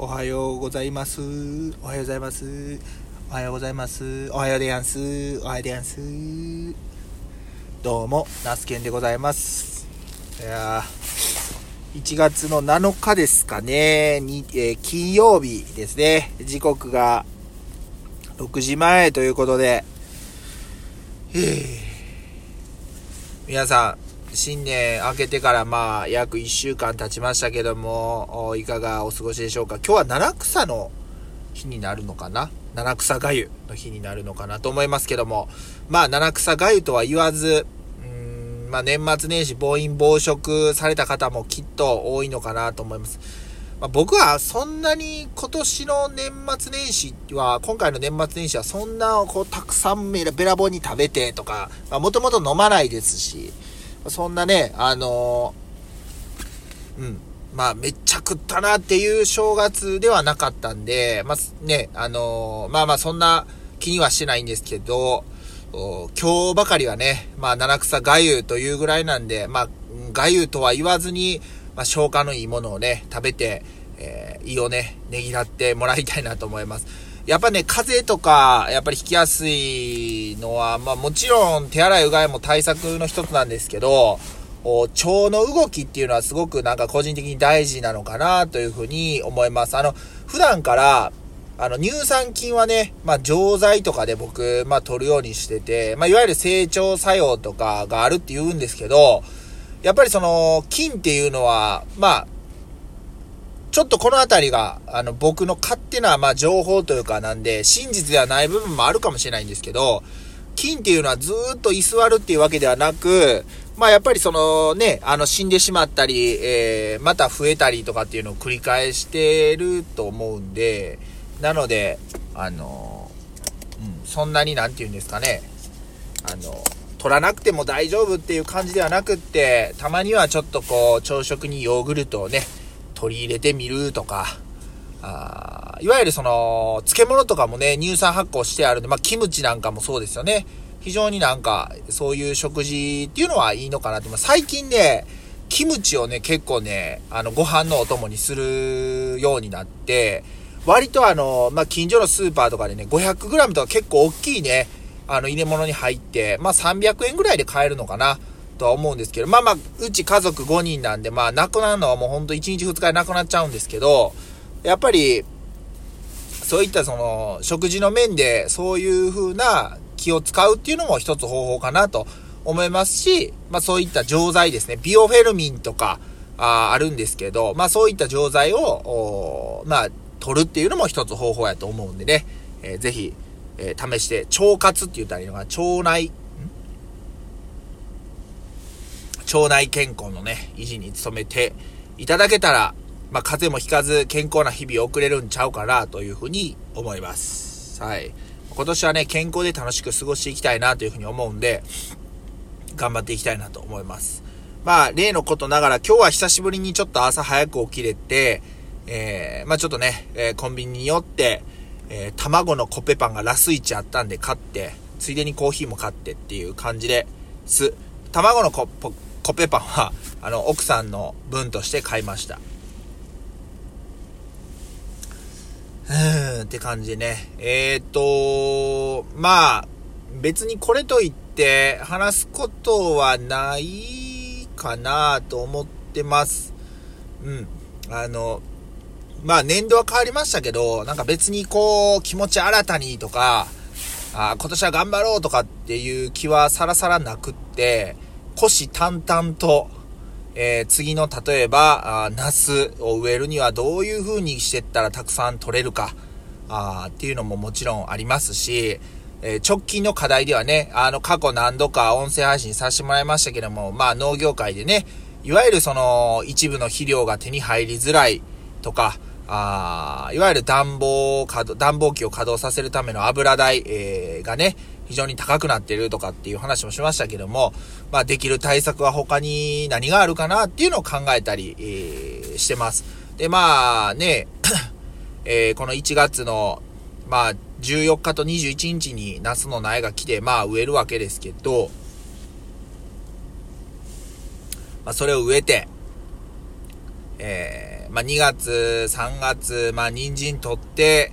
おはようございます。おはようございます。おはようございます。おはようでやんす。おはようでやんす。どうも、ナスケンでございます。いや1月の7日ですかね、金曜日ですね。時刻が6時前ということで、皆さん、新年明けてから約1週間経ちましたけども、いかがお過ごしでしょうか。今日は七草の日になるのかな、七草がゆの日になるのかなと思いますけども、七草がゆとは言わず、年末年始暴飲暴食された方もきっと多いのかなと思います。僕はそんなに今回の年末年始はそんなたくさんべらぼうに食べてとか、もともと飲まないですし、そんなね、めっちゃ食ったなっていう正月ではなかったんで、そんな気にはしてないんですけど、今日ばかりはね、七草がゆというぐらいなんで、がゆとは言わずに、消化のいいものをね、食べて、胃をね、ねぎらってもらいたいなと思います。やっぱね、風邪とか、やっぱり引きやすいのは、もちろん手洗いうがいも対策の一つなんですけど、腸の動きっていうのはすごく個人的に大事なのかなというふうに思います。普段から、乳酸菌はね、錠剤とかで僕、取るようにしてて、いわゆる整腸作用とかがあるって言うんですけど、やっぱり菌っていうのは、ちょっとこのあたりが、僕の勝手な、情報というかなんで、真実ではない部分もあるかもしれないんですけど、菌っていうのはずーっと居座るっていうわけではなく、やっぱり死んでしまったり、また増えたりとかっていうのを繰り返してると思うんで、なので、そんなになんていうんですかね、取らなくても大丈夫っていう感じではなくって、たまにはちょっと朝食にヨーグルトをね、取り入れてみるとか、いわゆる漬物とかもね、乳酸発酵してあるんで、キムチなんかもそうですよね。非常にそういう食事っていうのはいいのかなと思います。最近ね、キムチをね、結構ね、ご飯のお供にするようになって、割と近所のスーパーとかでね、500g とか結構大きいね、入れ物に入って、300円ぐらいで買えるのかなとは思うんですけど、うち家族5人なんで、なくなるのはもうほんと1日2日でなくなっちゃうんですけど、やっぱり、そういった食事の面でそういう風な気を使うっていうのも一つ方法かなと思いますし、そういった錠剤ですね、ビオフェルミンとかあるんですけど、そういった錠剤を取るっていうのも一つ方法やと思うんでね、ぜひ、試して腸活って言ったらいいのが、腸内健康のね維持に努めていただけたら、風邪もひかず健康な日々を送れるんちゃうかなというふうに思います。はい。今年はね、健康で楽しく過ごしていきたいなというふうに思うんで、頑張っていきたいなと思います。例のことながら今日は久しぶりにちょっと朝早く起きれて、ちょっとね、コンビニに寄って、卵のコッペパンがラス1あったんで買って、ついでにコーヒーも買ってっていう感じです。卵のコッペパンは、奥さんの分として買いました。って感じでね。別にこれといって話すことはないかなと思ってます。年度は変わりましたけど、別に気持ち新たにとか、今年は頑張ろうとかっていう気はさらさらなくって、虎視眈々と、次の例えばナスを植えるにはどういう風にしてったらたくさん取れるかっていうのももちろんありますし、直近の課題ではね、過去何度か音声配信させてもらいましたけども、農業界でね、いわゆる一部の肥料が手に入りづらいとか、いわゆる暖房機を稼働させるための油代、がね、非常に高くなっているとかっていう話もしましたけども、できる対策は他に何があるかなっていうのを考えたり、してます。で、この1月の、14日と21日にナスの苗が来て、植えるわけですけど、それを植えて、 2月、3月、人参取って、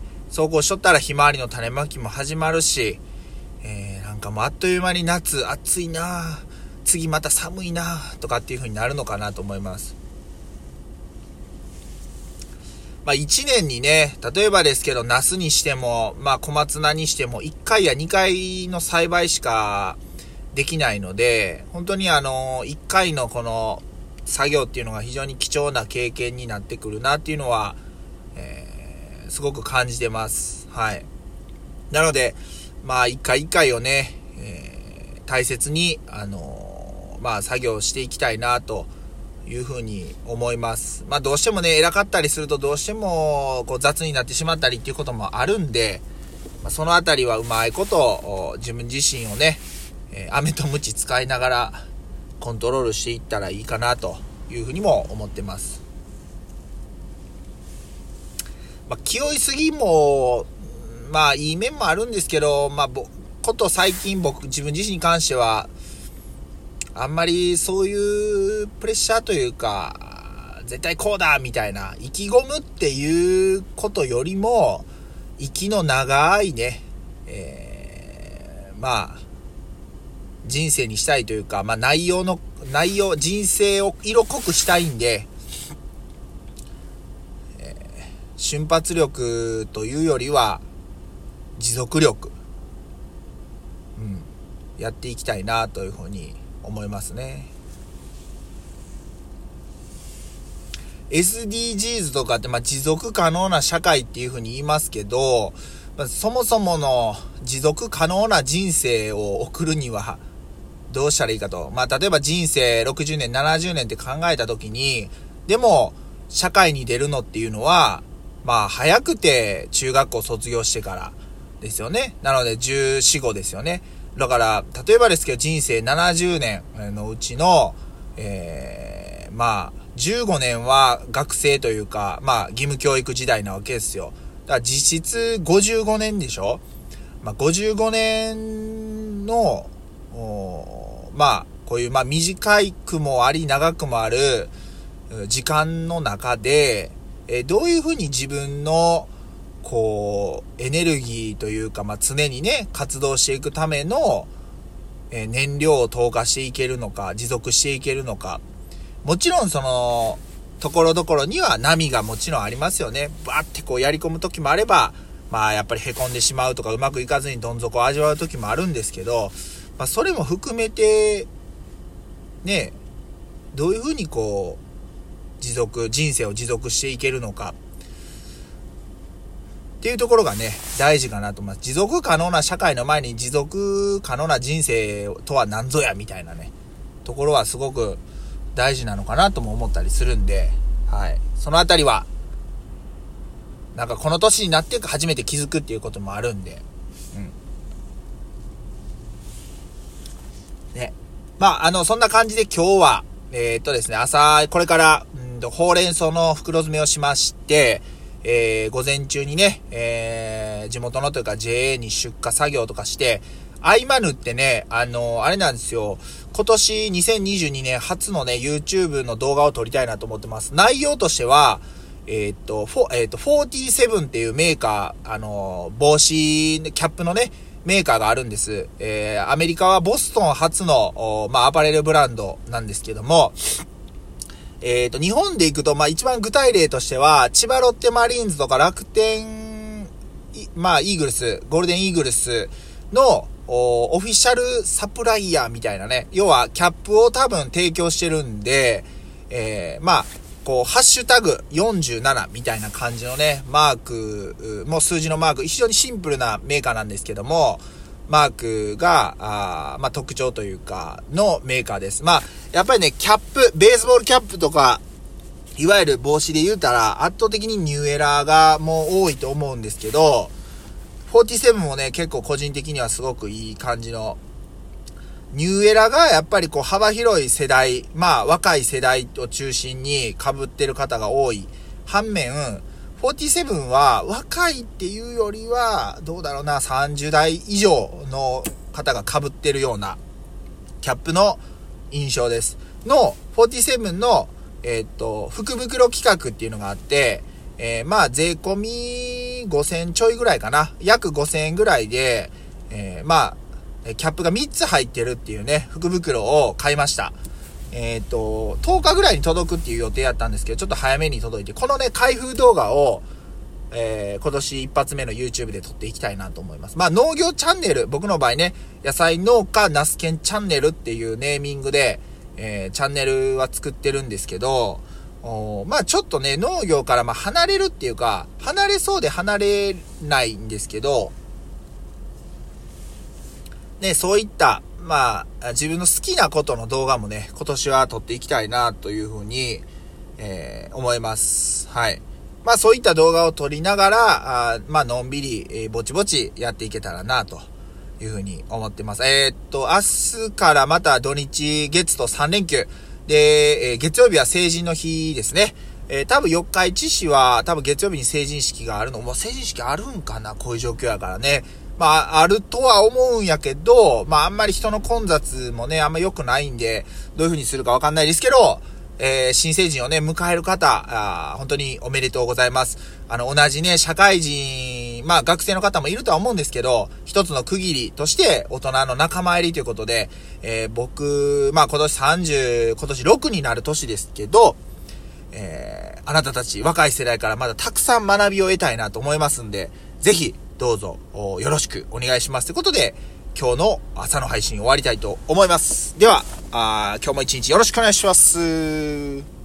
そうこうしとったらひまわりの種まきも始まるし、なんかもうあっという間に夏暑いな、次また寒いなとかっていう風になるのかなと思います。1年にね、例えばですけど、ナスにしても、小松菜にしても、1回や2回の栽培しかできないので、本当に1回のこの作業っていうのが非常に貴重な経験になってくるなっていうのは、すごく感じてます。はい。なので、一回一回をね、大切に、作業していきたいなというふうに思います。どうしてもね、偉かったりするとどうしてもこう雑になってしまったりっていうこともあるんで、そのあたりはうまいこと自分自身をね、飴と鞭使いながらコントロールしていったらいいかなというふうにも思ってます。気負いすぎもいい面もあるんですけど、最近自分自身に関してはあんまりそういうプレッシャーというか、絶対こうだみたいな意気込むっていうことよりも、息の長いね、人生にしたいというか、人生を色濃くしたいんで、瞬発力というよりは持続力、やっていきたいなというふうに思いますね。SDGs とかって持続可能な社会っていうふうに言いますけど、そもそもの持続可能な人生を送るにはどうしたらいいかと。例えば人生60年70年って考えた時に、でも社会に出るのっていうのは早くて中学校卒業してからですよね。なので14、15ですよね。だから例えばですけど、人生70年のうちの15年は学生というか義務教育時代なわけですよ。だから実質55年でしょ。55年のこういう短くもあり長くもある時間の中で、どういうふうに自分のエネルギーというか、常にね活動していくための燃料を投下していけるのか、持続していけるのか。もちろんそのところどころには波がもちろんありますよね。バーってやり込む時もあれば、やっぱり凹んでしまうとか、うまくいかずにどん底を味わう時もあるんですけど、それも含めてね、どういうふうに人生を持続していけるのかっていうところがね、大事かなと思います。持続可能な社会の前に持続可能な人生とは何ぞやみたいなね、ところはすごく大事なのかなとも思ったりするんで、はい。そのあたりは、この年になって初めて気づくっていうこともあるんで、ね。そんな感じで今日は、ですね、朝、これから、ほうれん草の袋詰めをしまして、午前中にね、地元のというか JA に出荷作業とかして、合間縫ってね、あれなんですよ。今年2022年初のね、YouTube の動画を撮りたいなと思ってます。内容としては、47っていうメーカー、帽子、キャップのね、メーカーがあるんです。アメリカはボストン初の、アパレルブランドなんですけども、日本で行くと、一番具体例としては、千葉ロッテマリーンズとか楽天、イーグルス、ゴールデンイーグルスの、オフィシャルサプライヤーみたいなね、要はキャップを多分提供してるんで、ハッシュタグ47みたいな感じのね、マーク、もう数字のマーク、非常にシンプルなメーカーなんですけども、マークが、特徴というか、のメーカーです。やっぱりね、キャップ、ベースボールキャップとか、いわゆる帽子で言うたら、圧倒的にニューエラーがもう多いと思うんですけど、47もね、結構個人的にはすごくいい感じの、ニューエラがやっぱり幅広い世代、若い世代を中心に被ってる方が多い。反面、47は若いっていうよりは、どうだろうな、30代以上の方が被ってるようなキャップの印象です。47の福袋企画っていうのがあって、まあ、税込み5000ちょいぐらいかな。約5000円ぐらいで、まあ、キャップが3つ入ってるっていうね、福袋を買いました。10日ぐらいに届くっていう予定やったんですけど、ちょっと早めに届いて、このね、開封動画を、今年一発目の YouTube で撮っていきたいなと思います。まあ、農業チャンネル、僕の場合ね、野菜農家ナスケンチャンネルっていうネーミングで、チャンネルは作ってるんですけど、まあちょっとね、農業からまあ離れるっていうか、離れそうで離れないんですけど、ね、そういった、まあ、自分の好きなことの動画もね、今年は撮っていきたいなというふうに、思います。はい。まあそういった動画を撮りながら、まあのんびり、ぼちぼちやっていけたらなというふうに思ってます。明日からまた土日、月と3連休。で、月曜日は成人の日ですね。多分四日市市は多分月曜日に成人式があるの。もう成人式あるんかな、こういう状況やからね。まあ、あるとは思うんやけど、まああんまり人の混雑もね、あんま良くないんで、どういう風にするかわかんないですけど、新成人をね、迎える方、本当におめでとうございます。同じね、社会人、まあ学生の方もいるとは思うんですけど、一つの区切りとして大人の仲間入りということで、僕、まあ今年6になる年ですけど、あなたたち若い世代からまだたくさん学びを得たいなと思いますんで、ぜひどうぞよろしくお願いしますということで、今日の朝の配信終わりたいと思います。では、今日も一日よろしくお願いします。